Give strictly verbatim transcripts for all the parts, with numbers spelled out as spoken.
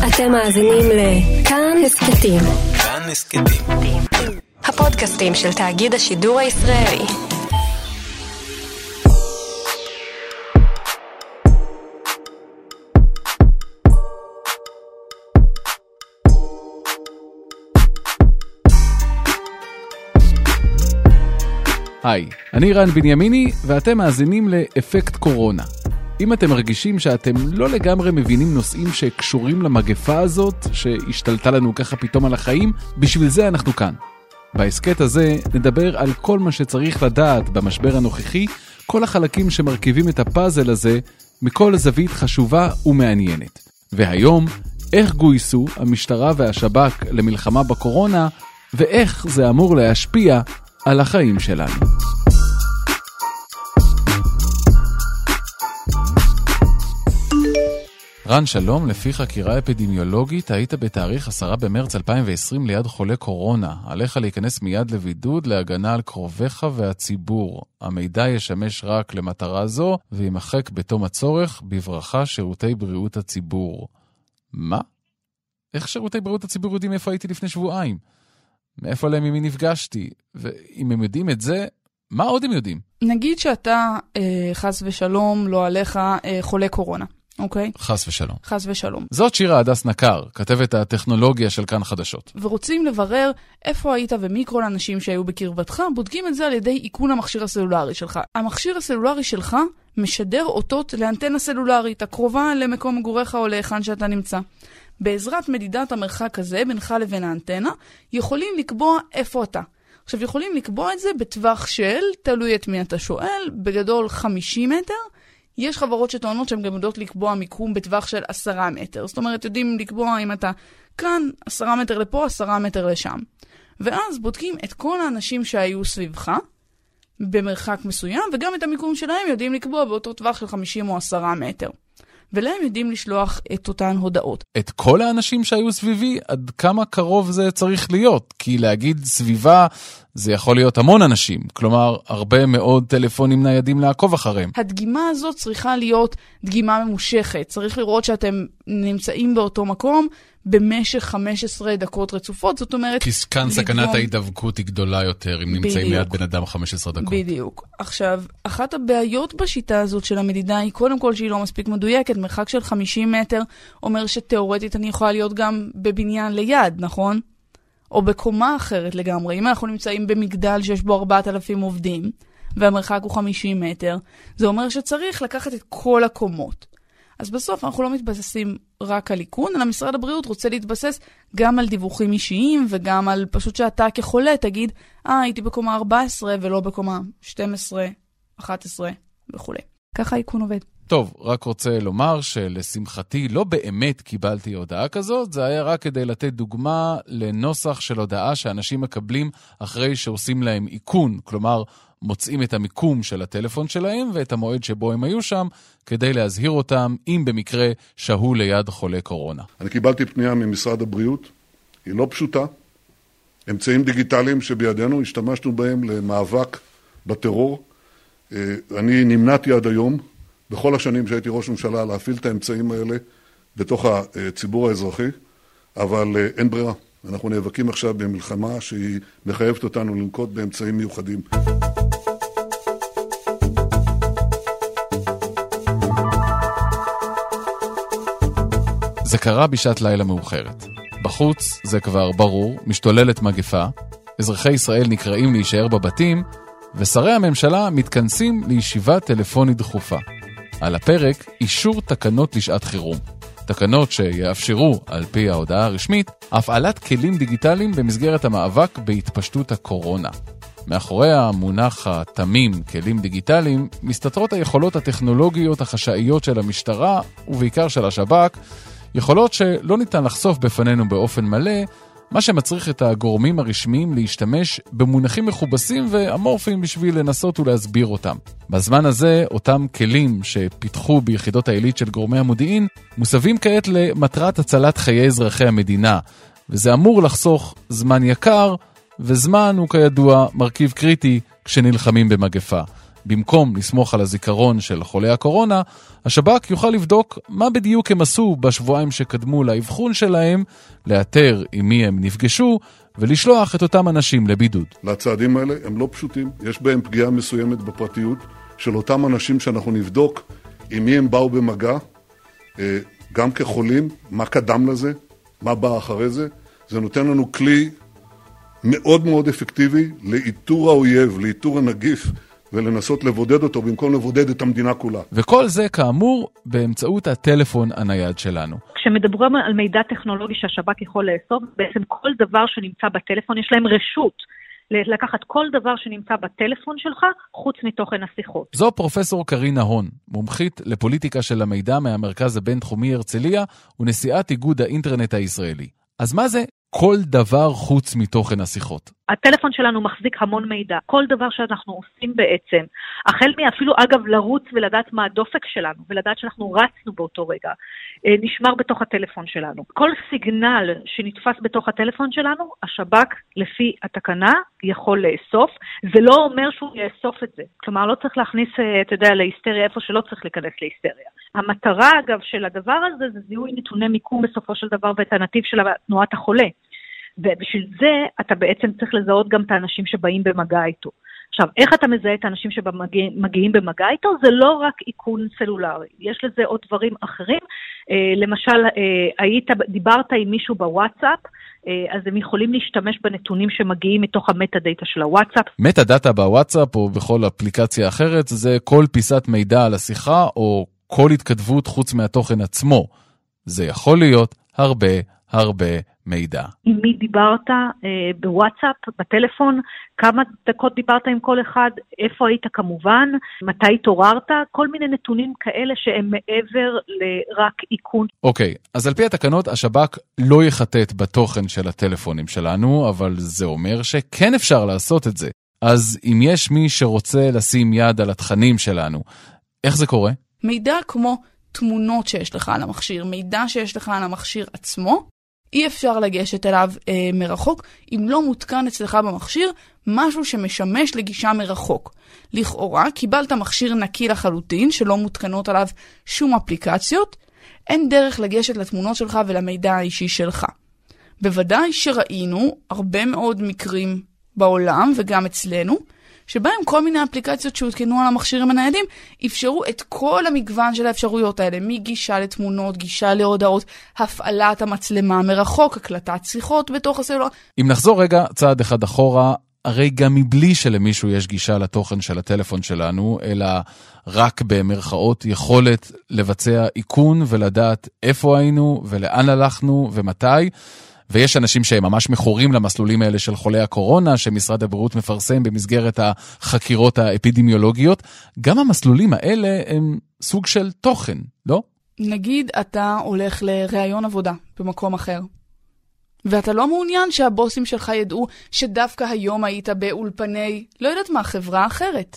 אתם מאזינים לכאן הסכתים. כאן הסכתים. הפודקאסטים של תאגיד השידור הישראלי. היי, אני רן בנימיני ואתם מאזינים לאפקט קורונה. אם אתם מרגישים שאתם לא לגמרי מבינים נושאים שקשורים למגפה הזאת, שהשתלטה לנו ככה פתאום על החיים, בשביל זה אנחנו כאן. בהסקט הזה נדבר על כל מה שצריך לדעת במשבר הנוכחי, כל החלקים שמרכיבים את הפאזל הזה, מכל זווית חשובה ומעניינת. והיום, איך גויסו המשטרה והשב"כ למלחמה בקורונה, ואיך זה אמור להשפיע על החיים שלנו. רן, שלום, לפי חקירה אפידמיולוגית היית בתאריך עשרה במרץ אלפיים ועשרים ליד חולה קורונה. עליך להיכנס מיד לבידוד להגנה על קרוביך והציבור. המידע ישמש רק למטרה זו וימחק בתום הצורך. בברכה, שירותי בריאות הציבור. מה? איך שירותי בריאות הציבור יודעים איפה הייתי לפני שבועיים? מאיפה להם ממי נפגשתי? ואם הם יודעים את זה, מה עוד הם יודעים? נגיד שאתה, אה, חס ושלום, לא עליך, אה, חולה קורונה. אוקיי? חס ושלום. חס ושלום. זאת שירה הדס נקר, כתבת הטכנולוגיה של כאן חדשות. ורוצים לברר איפה היית ומי כל האנשים שהיו בקרבתך, בודקים את זה על ידי עיקון המכשיר הסלולרי שלך. המכשיר הסלולרי שלך משדר אותות לאנטנה סלולרית, הקרובה למקום מגוריך או להיכן שאתה נמצא. בעזרת מדידת המרחק הזה בינך לבין האנטנה, יכולים לקבוע איפה אתה. עכשיו, יכולים לקבוע את זה בטווח של, תלוי את מי אתה שואל, בגדול חמישים מטר, יש חברות שטוענות שהן גם יודעות לקבוע מיקום בטווח של עשרה מטר. זאת אומרת, יודעים לקבוע אם אתה כאן, עשרה מטר לפה, עשרה מטר לשם. ואז בודקים את כל האנשים שהיו סביבך, במרחק מסוים, וגם את המיקום שלהם יודעים לקבוע באותו טווח של חמישים או עשרה מטר. ולהם יודעים לשלוח את אותן הודעות. את כל האנשים שהיו סביבי, עד כמה קרוב זה צריך להיות? כי להגיד סביבה, זה יכול להיות המון אנשים. כלומר, הרבה מאוד טלפונים ניידים לעקוב אחריהם. הדגימה הזאת צריכה להיות דגימה ממושכת. צריך לראות שאתם נמצאים באותו מקום במשך חמש עשרה דקות רצופות. זאת אומרת... כי כאן סכנת ההידבקות היא גדולה יותר, אם נמצאים ליד בן אדם חמש עשרה דקות. בדיוק. עכשיו, אחת הבעיות בשיטה הזאת של המדידה היא קודם כל שהיא לא מספיק מדויקת. מרחק של חמישים מטר אומר שתיאורטית אני יכולה להיות גם בבניין ליד, נכון? או בקומה אחרת לגמרי. אם אנחנו נמצאים במגדל שיש בו ארבעת אלפים עובדים, והמרחק הוא חמישים מטר, זה אומר שצריך לקחת את כל הקומות. אז בסוף אנחנו לא מתבססים רק על איכון, אלא משרד הבריאות רוצה להתבסס גם על דיווחים אישיים, וגם על פשוט שאתה כחולה תגיד, אה, הייתי בקומה ארבע עשרה ולא בקומה שתים עשרה, אחת עשרה וכו'. ככה איכון עובד. טוב, רק רוצה לומר שלשמחתי לא באמת קיבלתי הודעה כזאת, זה היה רק כדי לתת דוגמה לנוסח של הודעה שאנשים מקבלים אחרי שעושים להם איכון, כלומר מוצאים את המיקום של הטלפון שלהם ואת המועד שבו הם היו שם, כדי להזהיר אותם אם במקרה שהו ליד חולה קורונה. אני קיבלתי פנייה ממשרד הבריאות, היא לא פשוטה, אמצעים דיגיטליים שבידינו, השתמשנו בהם למאבק בטרור, אני נמנעתי עד היום, בכל השנים שהייתי ראש ממשלה, להפעיל את האמצעים האלה בתוך הציבור האזרחי, אבל אין ברירה. אנחנו נאבקים עכשיו במלחמה שהיא מחייבת אותנו לנקוט באמצעים מיוחדים. זה קרה בשעת לילה מאוחרת. בחוץ זה כבר ברור, משתוללת מגפה, אזרחי ישראל נקראים להישאר בבתים, ושרי הממשלה מתכנסים לישיבה טלפונית דחופה. על הפרק אישור תקנות לשעת חירום. תקנות שיאפשרו, על פי ההודעה הרשמית, הפעלת כלים דיגיטליים במסגרת המאבק בהתפשטות הקורונה. מאחורי המונח התמים כלים דיגיטליים, מסתתרות היכולות הטכנולוגיות החשאיות של המשטרה, ובעיקר של השב"כ, יכולות שלא ניתן לחשוף בפנינו באופן מלא, מה שמצריך את הגורמים הרשמיים להשתמש במונחים מכובסים ואמורפיים בשביל לנסות ולהסביר אותם. בזמן הזה, אותם כלים שפיתחו ביחידות העילית של גורמי המודיעין, מוסבים כעת למטרת הצלת חיי אזרחי המדינה, וזה אמור לחסוך זמן יקר, וזמן הוא כידוע מרכיב קריטי כשנלחמים במגפה. במקום לסמוך על הזיכרון של חולי הקורונה, השב"כ יוכל לבדוק מה בדיוק הם עשו בשבועיים שקדמו לאבחון שלהם, לאתר עם מי הם נפגשו, ולשלוח את אותם אנשים לבידוד. לצעדים האלה הם לא פשוטים, יש בהם פגיעה מסוימת בפרטיות של אותם אנשים שאנחנו נבדוק עם מי הם באו במגע, גם כחולים, מה קדם לזה, מה בא אחרי זה. זה נותן לנו כלי מאוד מאוד אפקטיבי לאיתור האויב, לאיתור הנגיף, ולנסות לבודד אותו במקום לבודד את המדינה כולה. וכל זה כאמור באמצעות הטלפון הנייד שלנו. כשמדברים על מידע טכנולוגי שהשב"כ יכול לאסוף, בעצם כל דבר שנמצא בטלפון, יש להם רשות לקחת כל דבר שנמצא בטלפון שלך, חוץ מתוכן השיחות. זו פרופסור קרינה הון, מומחית לפוליטיקה של המידע מהמרכז הבינתחומי הרצליה, ונשיאת איגוד האינטרנט הישראלי. אז מה זה כל דבר חוץ מתוכן השיחות? הטלפון שלנו מחזיק המון מידע. כל דבר שאנחנו עושים בעצם, החל מאפילו אגב לרוץ ולדעת מה הדופק שלנו, ולדעת שאנחנו רצנו באותו רגע, נשמר בתוך הטלפון שלנו. כל סיגנל שנתפס בתוך הטלפון שלנו, השב"כ לפי התקנה יכול לאסוף. זה לא אומר שהוא יאסוף את זה. כלומר, לא צריך להכניס, אתה יודע, להיסטריה איפה שלא צריך להיכנס להיסטריה. המטרה אגב של הדבר הזה, זה זיהוי נתוני מיקום בסופו של דבר, ואת הנתיב של תנועת החולה. ובשביל זה אתה בעצם צריך לזהות גם את האנשים שבאים במגע איתו. עכשיו, איך אתה מזהה את האנשים שמגיעים במגע איתו? זה לא רק איכון סלולרי. יש לזה עוד דברים אחרים. למשל, היית, דיברת עם מישהו בוואטסאפ, אז הם יכולים להשתמש בנתונים שמגיעים מתוך המטה-דאטה של הוואטסאפ. מטה-דאטה בוואטסאפ או בכל אפליקציה אחרת, זה כל פיסת מידע על השיחה או כל התכתבות חוץ מהתוכן עצמו. זה יכול להיות הרבה הרבה מידע. עם מי דיברת אה, בוואטסאפ, בטלפון, כמה דקות דיברת עם כל אחד, איפה היית כמובן, מתי התעוררת, כל מיני נתונים כאלה שהם מעבר לרק איכון. אוקיי, אז על פי התקנות השב"כ לא יחטט בתוכן של הטלפונים שלנו, אבל זה אומר שכן אפשר לעשות את זה. אז אם יש מי שרוצה לשים יד על התכנים שלנו, איך זה קורה? מידע כמו תמונות שיש לך על המכשיר, מידע שיש לך על המכשיר עצמו, אי אפשר לגשת אליו אה, מרחוק, אם לא מותקן אצלך במכשיר משהו שמשמש לגישה מרחוק. לכאורה, קיבלת מכשיר נקי לחלוטין, שלא מותקנות עליו שום אפליקציות, אין דרך לגשת לתמונות שלך ולמידע האישי שלך. בוודאי שראינו הרבה מאוד מקרים בעולם וגם אצלנו, שבהם כל מיני אפליקציות שהותקנו על המכשירים הניידים אפשרו את כל המגוון של האפשרויות האלה, מגישה לתמונות, גישה להודעות, הפעלת המצלמה מרחוק, הקלטת שיחות בתוך הסלולר. אם נחזור רגע צעד אחד אחורה, הרי גם מבלי שלמישהו יש גישה לתוכן של הטלפון שלנו, אלא רק במרכאות יכולת לבצע עיקון ולדעת איפה היינו ולאן הלכנו ומתי, ויש אנשים שהם ממש מכורים למסלולים האלה של חולי הקורונה, שמשרד הבריאות מפרסם במסגרת החקירות האפידמיולוגיות. גם המסלולים האלה הם סוג של תוכן, לא? נגיד אתה הולך לראיון עבודה במקום אחר, ואתה לא מעוניין שהבוסים שלך ידעו שדווקא היום היית באולפני, לא יודעת מה, חברה אחרת.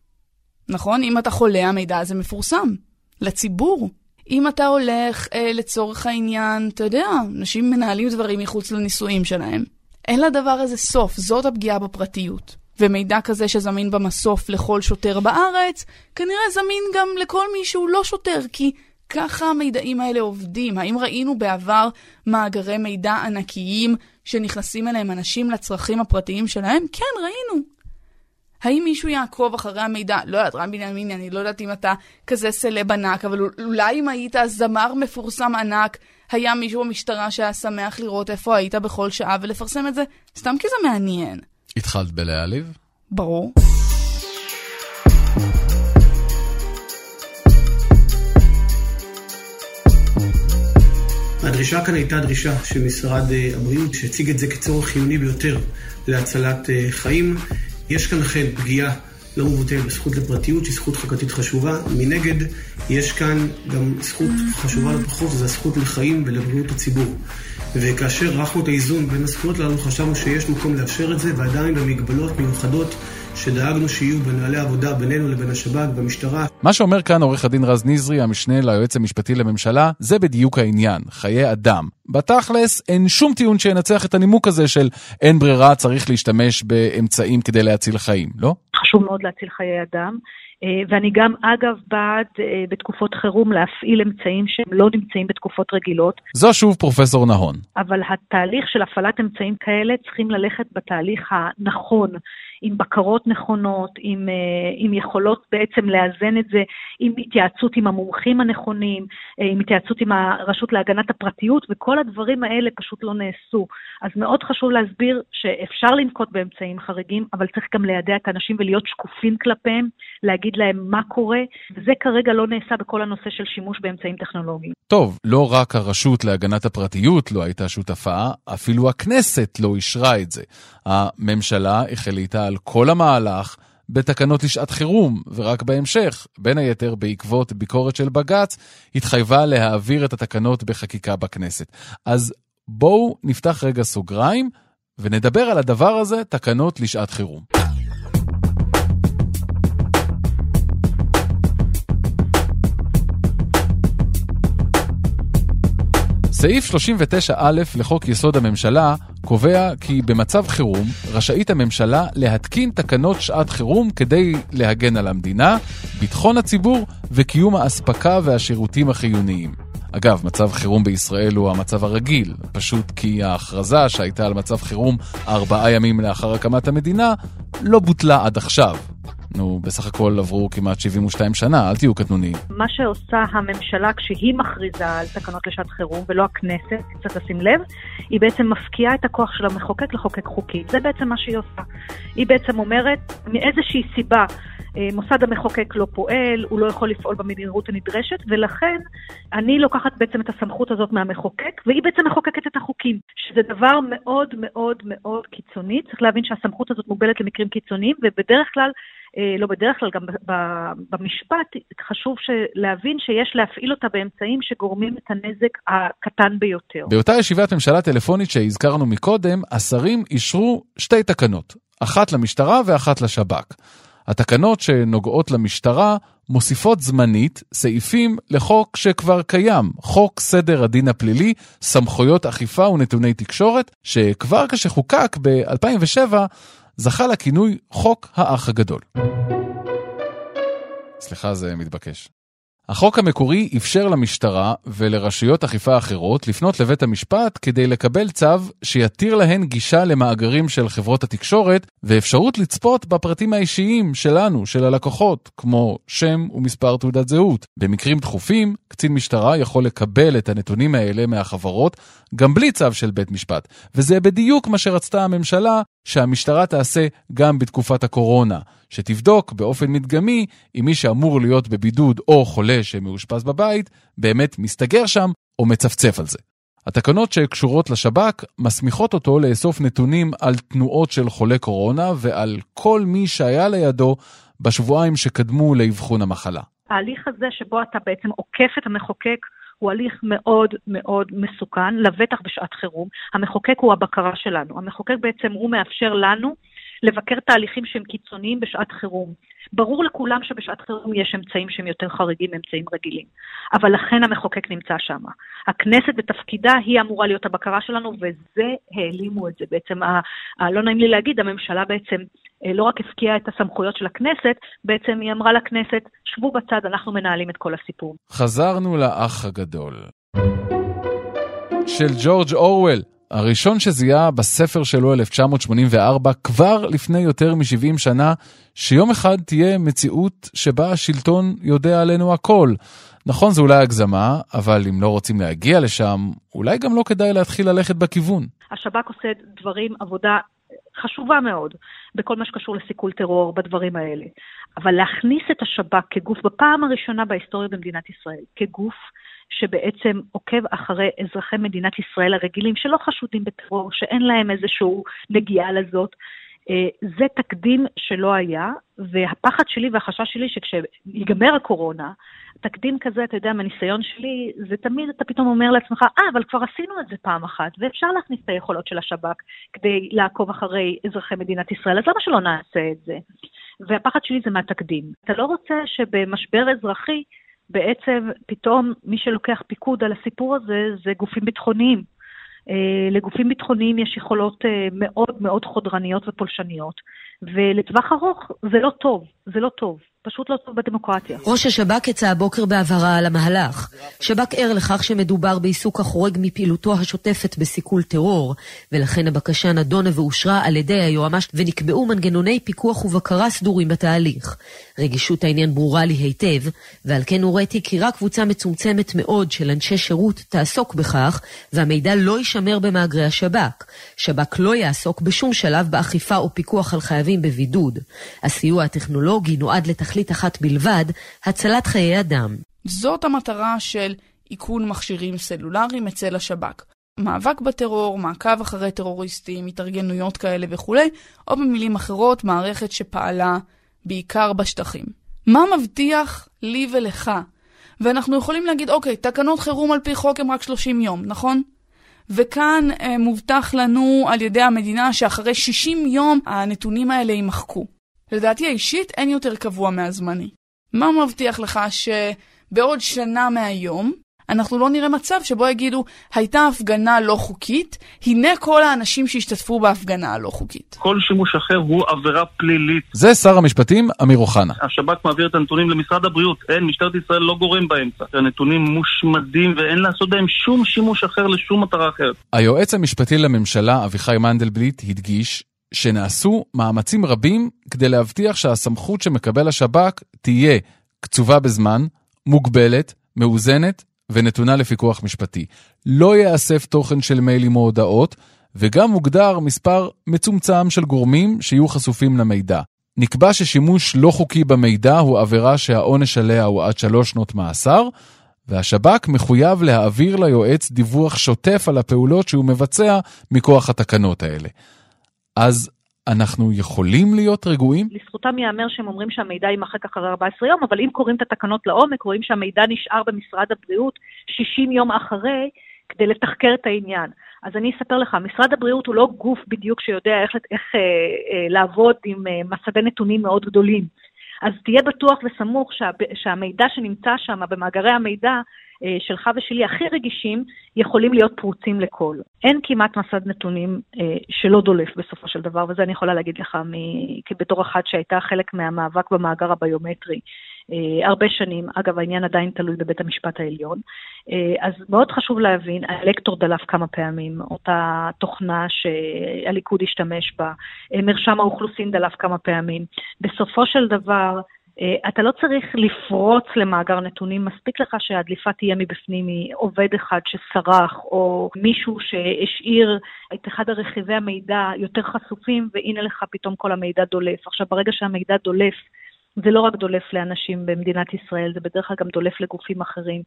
נכון? אם אתה חולה, המידע הזה מפורסם לציבור. אם אתה הולך אה, לצורך העניין, אתה יודע, אנשים מנהלים דברים מחוץ לניסויים שלהם. אין לדבר הזה סוף, זאת הפגיעה בפרטיות. ומידע כזה שזמין במסוף לכל שוטר בארץ, כנראה זמין גם לכל מי שהוא לא שוטר, כי ככה המידעים האלה עובדים. האם ראינו בעבר מאגרי מידע ענקיים שנכנסים אליהם אנשים לצרכים הפרטיים שלהם? כן, ראינו. האם מישהו יעקוב אחרי המידע? לא יודעת, רן בנימיני, אני לא יודעת אם אתה כזה סלב ענק, אבל אולי אם היית זמר מפורסם ענק, היה מישהו במשטרה שהיה שמח לראות איפה היית בכל שעה ולפרסם את זה, סתם כי זה מעניין. התחלת בלהעליב? ברור. הדרישה כאן הייתה דרישה של משרד הבריאות, שהציג את זה כצורך חיוני ביותר להצלת חיים. יש כאן לכן פגיעה לא מבוטלת בזכות לפרטיות, שהיא זכות חוקתית חשובה. מנגד, יש כאן גם זכות חשובה לא פחות, זה הזכות לחיים ולבריאות הציבור. וכאשר ערכנו את האיזון בין הזכויות הללו, חשבנו שיש מקום לאפשר את זה, ועדיין במגבלות מיוחדות שדאגנו שיהיו בנהלי עבודה בינינו לבין השב"כ במשטרה. מה שאומר כאן עורך הדין רז נזרי, המשנה ליועץ המשפטי לממשלה, זה בדיוק העניין, חיי אדם. בתכלס אין שום טיעון שינצח את הנימוק הזה של אין ברירה, צריך להשתמש באמצעים כדי להציל חיים, לא? חשוב מאוד להציל חיי אדם. ואני גם אגב בעד בתקופות חירום להפעיל אמצעים שהם לא נמצאים בתקופות רגילות. זו שוב פרופסור נהון. אבל התהליך של הפעלת אמצעים כאלה צריכים ללכת בתהליך הנכון, עם בקרות נכונות, עם, עם יכולות בעצם לאזן את זה, עם התייעצות עם המומחים הנכונים, עם התייעצות עם הרשות להגנת הפרטיות, וכל הדברים האלה פשוט לא נעשו. אז מאוד חשוב להסביר שאפשר לנקוט באמצעים חריגים, אבל צריך גם לידע את האנשים ולהיות שקופים כלפיהם, להגיד להם מה קורה, וזה כרגע לא נעשה בכל הנושא של שימוש באמצעים טכנולוגיים. טוב, לא רק הרשות להגנת הפרטיות לא הייתה שותפה, אפילו הכנסת לא אישרה את זה. הממשלה החליטה על כל המהלך בתקנות לשעת חירום, ורק בהמשך, בין היתר בעקבות ביקורת של בג"ץ, התחייבה להעביר את התקנות בחקיקה בכנסת. אז בואו נפתח רגע סוגריים, ונדבר על הדבר הזה, תקנות לשעת חירום. סעיף שלושים ותשע א' לחוק יסוד הממשלה קובע כי במצב חירום רשאית הממשלה להתקין תקנות שעת חירום כדי להגן על המדינה, ביטחון הציבור וקיום האספקה והשירותים החיוניים. אגב, מצב חירום בישראל הוא המצב הרגיל, פשוט כי ההכרזה שהייתה על מצב חירום ארבעה ימים לאחר הקמת המדינה לא בוטלה עד עכשיו. נו, בסך הכל עברו כמעט שבעים ושתיים שנה, אל תהיו קטנוניים. מה שעושה הממשלה כשהיא מכריזה על תקנות לשעת חירום, ולא הכנסת, צריך לשים לב, היא בעצם מפקיעה את הכוח של המחוקק לחוקק חוקית. זה בעצם מה שהיא עושה. היא בעצם אומרת, מאיזושהי סיבה, מוסד המחוקק לא פועל, הוא לא יכול לפעול במהירות הנדרשת, ולכן אני לוקחת בעצם את הסמכות הזאת מהמחוקק, והיא בעצם מחוקקת את החוקים, שזה דבר מאוד מאוד מאוד קיצוני. צריך להבין שהסמכות הזאת מוגבלת למקרים קיצוניים, ובדרך כלל, לא בדרך כלל, גם במשפט חשוב להבין שיש להפעיל אותה באמצעים שגורמים את הנזק הקטן ביותר. באותה ישיבת ממשלה טלפונית שהזכרנו מקודם, השרים אישרו שתי תקנות, אחת למשטרה ואחת לשב"כ. התקנות שנוגעות למשטרה מוסיפות זמנית סעיפים לחוק שכבר קיים, חוק סדר הדין הפלילי, סמכויות אכיפה ונתוני תקשורת, שכבר כשחוקק ב-אלפיים ושבע זכה לכינוי חוק האח הגדול. סליחה, זה מתבקש. החוק המקורי אפשר למשטרה ולרשויות אכיפה אחרות לפנות לבית המשפט כדי לקבל צו שיתיר להן גישה למאגרים של חברות התקשורת ואפשרות לצפות בפרטים האישיים שלנו, של הלקוחות, כמו שם ומספר תעודת זהות. במקרים דחופים, קצין משטרה יכול לקבל את הנתונים האלה מהחברות גם בלי צו של בית משפט. וזה בדיוק מה שרצתה הממשלה שהמשטרה תעשה גם בתקופת הקורונה, שתבדוק באופן מדגמי אם מי שאמור להיות בבידוד או חולה שמאושפז בבית באמת מסתגר שם או מצפצף על זה. התקנות שקשורות לשב"כ מסמיכות אותו לאסוף נתונים על תנועות של חולה קורונה ועל כל מי שהיה לידו בשבועיים שקדמו לאבחון המחלה. ההליך הזה שבו אתה בעצם עוקף את המחוקק הוא הליך מאוד מאוד מסוכן, לבטח בשעת חירום. המחוקק הוא הבקרה שלנו. המחוקק בעצם הוא מאפשר לנו לבקר תהליכים שהם קיצוניים בשעת חירום. ברור לכולם שבשעת חירום יש אמצעים שהם יותר חריגים, אמצעים רגילים. אבל לכן המחוקק נמצא שם. הכנסת בתפקידה היא אמורה להיות הבקרה שלנו, וזה העלימו את זה. בעצם, ה- ה- לא נעים לי להגיד, הממשלה בעצם לא רק הפקיעה את הסמכויות של הכנסת, בעצם היא אמרה לכנסת, שבו בצד, אנחנו מנהלים את כל הסיפור. חזרנו לאח הגדול. של ג'ורג' אורוול. הראשון שזיהה בספר שלו אלף תשע מאות שמונים וארבע, כבר לפני יותר מ-שבעים שנה, שיום אחד תהיה מציאות שבה השלטון יודע עלינו הכל. נכון, זה אולי הגזמה, אבל אם לא רוצים להגיע לשם, אולי גם לא כדאי להתחיל ללכת בכיוון. השב"כ עושה דברים, עבודה חשובה מאוד, בכל מה שקשור לסיכול טרור, בדברים האלה. אבל להכניס את השב"כ כגוף, בפעם הראשונה בהיסטוריה במדינת ישראל, כגוף שבעצם עוקב אחרי אזרחי מדינת ישראל הרגילים, שלא חשודים בטרור, שאין להם איזשהו נגיעה לזאת, זה תקדים שלא היה, והפחד שלי והחשש שלי שכשיגמר הקורונה, תקדים כזה, אתה יודע, מהניסיון שלי, זה תמיד אתה פתאום אומר לעצמך, אה, אבל כבר עשינו את זה פעם אחת, ואפשר להכניס את היכולות של השב"כ כדי לעקוב אחרי אזרחי מדינת ישראל, אז למה שלא נעשה את זה? והפחד שלי זה מהתקדים. אתה לא רוצה שבמשבר אזרחי, בעצם פתאום מי שלוקח פיקוד על הסיפור הזה, זה גופים ביטחוניים. לגופים ביטחוניים יש יכולות מאוד מאוד חודרניות ופולשניות, ולטווח ארוך זה לא טוב, זה לא טוב. פשוט לא טוב בדמוקרטיה. ראש השב"כ יצא הבוקר בעברה על המהלך. שב"כ ער לכך שמדובר בעיסוק החורג מפעילותו השוטפת בסיכול טרור, ולכן הבקשה נדונה ואושרה על ידי היועמ"ש ונקבעו מנגנוני פיקוח ובקרה סדורים בתהליך. רגישות העניין ברורה לי היטב, ועל כן הוריתי כי רק קבוצה מצומצמת מאוד של אנשי שירות תעסוק בכך, והמידע לא יישמר במאגרי השב"כ. שב"כ לא יעסוק בשום שלב באכיפה או פיקוח על חייבים בבידוד. הסיוע הטכנולוגי נועד לתכלית אחת בלבד, הצלת חיי אדם. זאת המטרה של איכון מכשירים סלולריים אצל השב"כ. מאבק בטרור, מעקב אחרי טרוריסטים, התארגנויות כאלה וכו', או במילים אחרות, מערכת שפעלה בעיקר בשטחים. מה מבטיח לי ולך? ואנחנו יכולים להגיד, אוקיי, תקנות חירום על פי חוק הם רק שלושים יום, נכון? וכאן אה, מובטח לנו על ידי המדינה שאחרי שישים יום הנתונים האלה יימחקו. לדעתי האישית אין יותר קבוע מהזמני. מה מבטיח לך שבעוד שנה מהיום אנחנו לא נראה מצב שבו יגידו הייתה הפגנה לא חוקית, הנה כל האנשים שהשתתפו בהפגנה הלא חוקית. כל שימוש אחר הוא עבירה פלילית. זה שר המשפטים אמיר אוחנה. השב"כ מעביר את הנתונים למשרד הבריאות, אין, משטרת ישראל לא גורם באמצע. הנתונים מושמדים ואין לעשות בהם שום שימוש אחר לשום מטרה אחרת. היועץ המשפטי לממשלה אביחי מנדלבליט הדגיש שנעשו מאמצים רבים כדי להבטיח שהסמכות שמקבל השב"כ תהיה קצובה בזמן, מוגבלת, מאוזנת ונתונה לפיקוח משפטי. לא יאסף תוכן של מיילים או הודעות, וגם מוגדר מספר מצומצם של גורמים שיהיו חשופים למידע. נקבע ששימוש לא חוקי במידע הוא עבירה שהעונש עליה הוא עד שלוש שנות מאסר, והשב"כ מחויב להעביר ליועץ דיווח שוטף על הפעולות שהוא מבצע מכוח התקנות האלה. אז אנחנו יכולים להיות רגועים? לזכותם יאמר שהם אומרים שהמידע יימחק אחרי ארבעה עשר יום, אבל אם קוראים את התקנות לעומק, רואים שהמידע נשאר במשרד הבריאות שישים יום אחרי, כדי לתחקר את העניין. אז אני אספר לך, משרד הבריאות הוא לא גוף בדיוק שיודע איך, איך אה, אה, לעבוד עם אה, מסדי נתונים מאוד גדולים. אז תהיה בטוח וסמוך שה, שהמידע שנמצא שם במאגרי המידע אה, שלך ושלי הכי רגישים יכולים להיות פרוצים לכל. אין כמעט מסד נתונים אה, שלא דולף בסופו של דבר, וזה אני יכולה להגיד לך מ- בתור אחת שהייתה חלק מהמאבק במאגר הביומטרי אה, הרבה שנים. אגב, העניין עדיין תלוי בבית המשפט העליון. אה, אז מאוד חשוב להבין, האלקטור דלף כמה פעמים, אותה תוכנה שהליכוד השתמש בה, אה, מרשם האוכלוסין דלף כמה פעמים. בסופו של דבר, אתה לא צריך לפרוץ למאגר נתונים, מספיק לך שהדליפה תהיה מבפנים מעובד אחד שסרח, או מישהו שהשאיר את אחד הרכיבי המידע יותר חשופים, והנה לך פתאום כל המידע דולף. עכשיו, ברגע שהמידע דולף, זה לא רק דולף לאנשים במדינת ישראל, זה בדרך כלל גם דולף לגופים אחרים,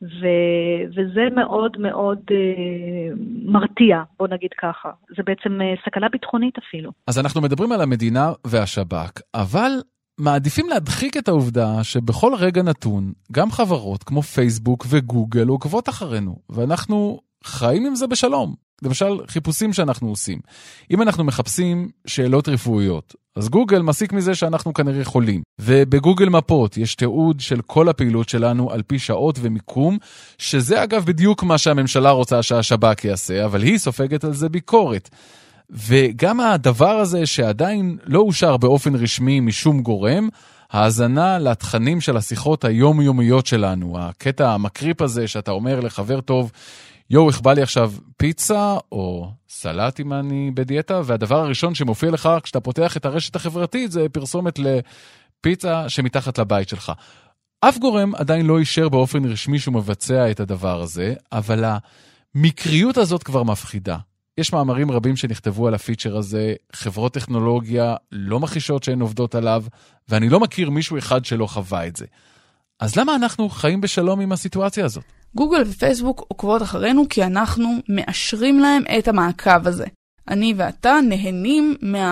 ו- וזה מאוד מאוד אה, מרתיע, בוא נגיד ככה. זה בעצם אה, סכנה ביטחונית אפילו. אז אנחנו מדברים על המדינה והשב"כ, אבל מעדיפים להדחיק את העובדה שבכל רגע נתון, גם חברות כמו פייסבוק וגוגל עוקבות אחרינו, ואנחנו חיים עם זה בשלום. למשל, חיפושים שאנחנו עושים. אם אנחנו מחפשים שאלות רפואיות, אז גוגל מסיק מזה שאנחנו כנראה חולים. ובגוגל מפות יש תיעוד של כל הפעילות שלנו על פי שעות ומיקום, שזה אגב בדיוק מה שהממשלה רוצה שהשב"כ יעשה, אבל היא סופגת על זה ביקורת. וגם הדבר הזה שעדיין לא אושר באופן רשמי משום גורם, ההזנה לתכנים של השיחות היומיומיות שלנו, הקטע המקריפ הזה שאתה אומר לחבר טוב, יו, הכבא לי עכשיו פיצה או סלט אם אני בדיאטה, והדבר הראשון שמופיע לך כשאתה פותח את הרשת החברתית זה פרסומת לפיצה שמתחת לבית שלך. אף גורם עדיין לא אישר באופן רשמי שהוא מבצע את הדבר הזה, אבל המקריות הזאת כבר מפחידה. יש מאמרים רבים שנכתבו על הפיצ'ר הזה, חברות טכנולוגיה לא מכחישות שהן עובדות עליו, ואני לא מכיר מישהו אחד שלא חווה את זה. אז למה אנחנו חיים בשלום עם הסיטואציה הזאת? גוגל ופייסבוק עוקבות אחרינו כי אנחנו מאשרים להם את המעקב הזה. אני ואתה נהנים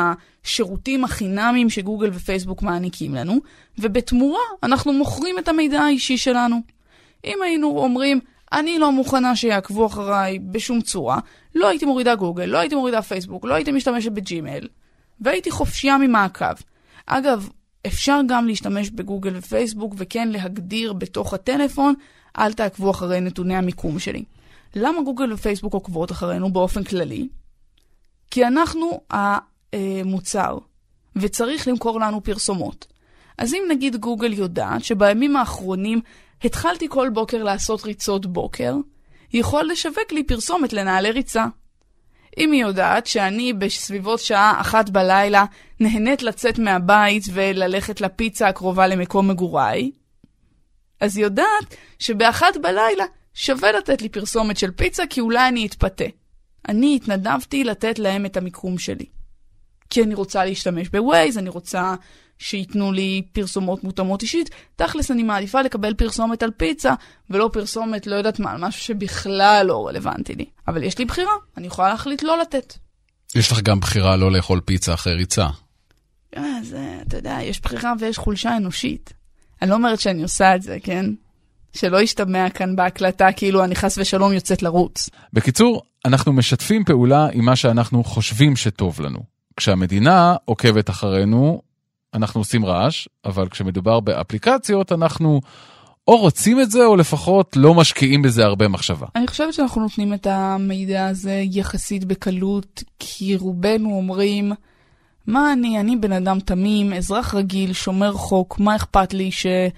השירותים החינמיים שגוגל ופייסבוק מעניקים לנו, ובתמורה אנחנו מוכרים את המידע האישי שלנו. אם היינו אומרים, אני לא מוכנה שיעקבו אחריי בשום צורה, לא הייתי מורידה גוגל, לא הייתי מורידה פייסבוק, לא הייתי משתמשת בג'ימייל, והייתי חופשייה ממעקב. אגב, אפשר גם להשתמש בגוגל ופייסבוק, וכן להגדיר בתוך הטלפון, אל תעקבו אחרי נתוני המיקום שלי. למה גוגל ופייסבוק עוקבות אחרינו באופן כללי? כי אנחנו המוצר, וצריך למכור לנו פרסומות. אז אם נגיד גוגל יודעת שבימים האחרונים התחלתי כל בוקר לעשות ריצות בוקר, היא יכולה לשווק לי פרסומת לנעלי ריצה. אם היא יודעת שאני בסביבות שעה אחת בלילה נהנית לצאת מהבית וללכת לפיצה הקרובה למקום מגוריי, אז היא יודעת שבאחת בלילה שווה לתת לי פרסומת של פיצה, כי אולי אני אתפתה. אני התנדבתי לתת להם את המיקום שלי. כי אני רוצה להשתמש בווייז, אני רוצה שיתנו לי פרסומות מותאמות אישית. תכלס אני מעדיפה לקבל פרסומת על פיצה, ולא פרסומת, לא יודעת מה, על משהו שבכלל לא רלוונטי לי. אבל יש לי בחירה, אני יכולה להחליט לא לתת. יש לך גם בחירה לא לאכול פיצה אחרי ריצה. אז אתה יודע, יש בחירה ויש חולשה אנושית. אני לא אומרת שאני עושה את זה, כן? שלא ישתמע כאן בהקלטה כאילו אני חס ושלום יוצאת לרוץ. בקיצור, אנחנו משתפים פעולה עם מה שאנחנו חושבים שטוב לנו. כשהמדינה עוקבת אחרינו, אנחנו עושים רעש, אבל כשמדובר באפליקציות, אנחנו או רוצים את זה, או לפחות לא משקיעים בזה הרבה מחשבה. אני חושבת שאנחנו נותנים את המידע הזה יחסית בקלות, כי רובנו אומרים, מה אני? אני בן אדם תמים, אזרח רגיל, שומר חוק, מה אכפת לי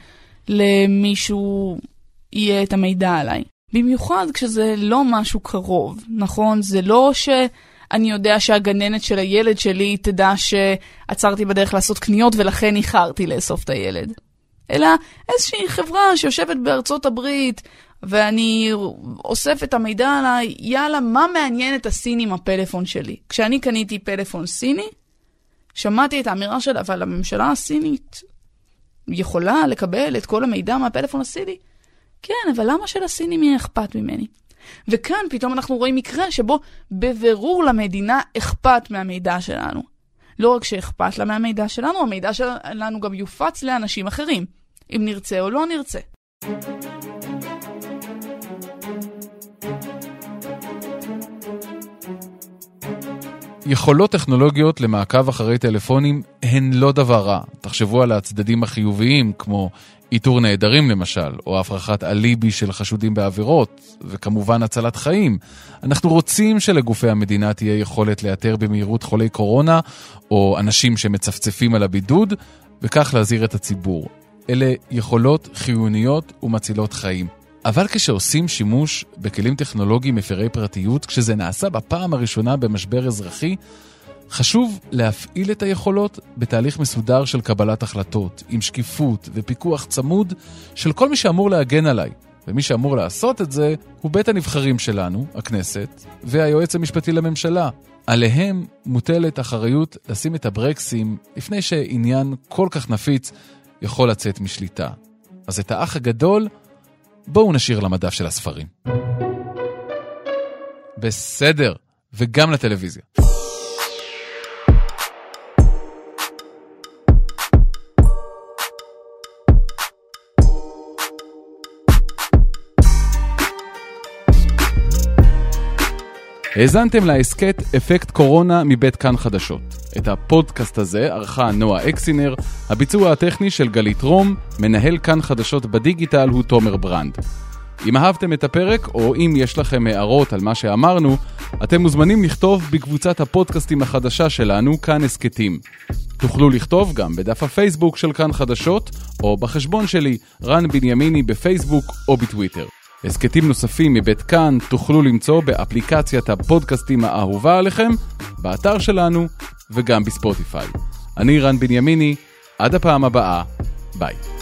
שלמישהו יהיה את המידע עליי? במיוחד כשזה לא משהו קרוב, נכון? זה לא שאני יודע שהגננת של הילד שלי תדע שעצרתי בדרך לעשות קניות ולכן איחרתי לאסוף את הילד. אלא איזושהי חברה שיושבת בארצות הברית ואני אוסף את המידע עליי, יאללה, מה מעניין את הסיני עם הפלאפון שלי? כשאני קניתי פלאפון סיני, שמעתי את האמירה של, אבל הממשלה הסינית יכולה לקבל את כל המידע מהפלאפון הסיני? כן, אבל למה של הסינים יהיה אכפת ממני? וכאן פתאום אנחנו רואים מקרה שבו בבירור למדינה אכפת מהמידע שלנו. לא רק שאכפת לה מהמידע שלנו, המידע שלנו גם יופץ לאנשים אחרים, אם נרצה או לא נרצה. יכולות טכנולוגיות למעקב אחרי טלפונים הן לא דבר רע. תחשבו על הצדדים החיוביים, כמו איתור נעדרים למשל, או הפרחת אליבי של חשודים בעבירות, וכמובן הצלת חיים. אנחנו רוצים שלגופי המדינה תהיה יכולת לאתר במהירות חולי קורונה, או אנשים שמצפצפים על הבידוד, וכך להזהיר את הציבור. אלה יכולות חיוניות ומצילות חיים. אבל כשעושים שימוש בכלים טכנולוגיים מפרי פרטיות, כשזה נעשה בפעם הראשונה במשבר אזרחי, חשוב להפעיל את היכולות בתהליך מסודר של קבלת החלטות, עם שקיפות ופיקוח צמוד של כל מי שאמור להגן עליי. ומי שאמור לעשות את זה הוא בית הנבחרים שלנו, הכנסת, והיועץ המשפטי לממשלה. עליהם מוטלת אחריות לשים את הברקסים לפני שעניין כל כך נפיץ יכול לצאת משליטה. אז את האח הגדול בואו נשאיר למדף של הספרים. בסדר, וגם לטלוויזיה. האזנתם להסקט אפקט קורונה מבית כאן חדשות. את הפודקאסט הזה ערכה נועה אקסינר, הביצוע הטכני של גלית רום, מנהל כאן חדשות בדיגיטל הוא תומר ברנד. אם אהבתם את הפרק או אם יש לכם הערות על מה שאמרנו, אתם מוזמנים לכתוב בקבוצת הפודקאסטים החדשה שלנו, כאן הסקטים. תוכלו לכתוב גם בדף הפייסבוק של כאן חדשות או בחשבון שלי, רן בנימיני בפייסבוק או בטוויטר. הסקטים נוספים מבית כאן תוכלו למצוא באפליקציית הפודקאסטים האהובה עליכם, באתר שלנו וגם בספוטיפיי. אני רן בנימיני, עד הפעם הבאה, ביי.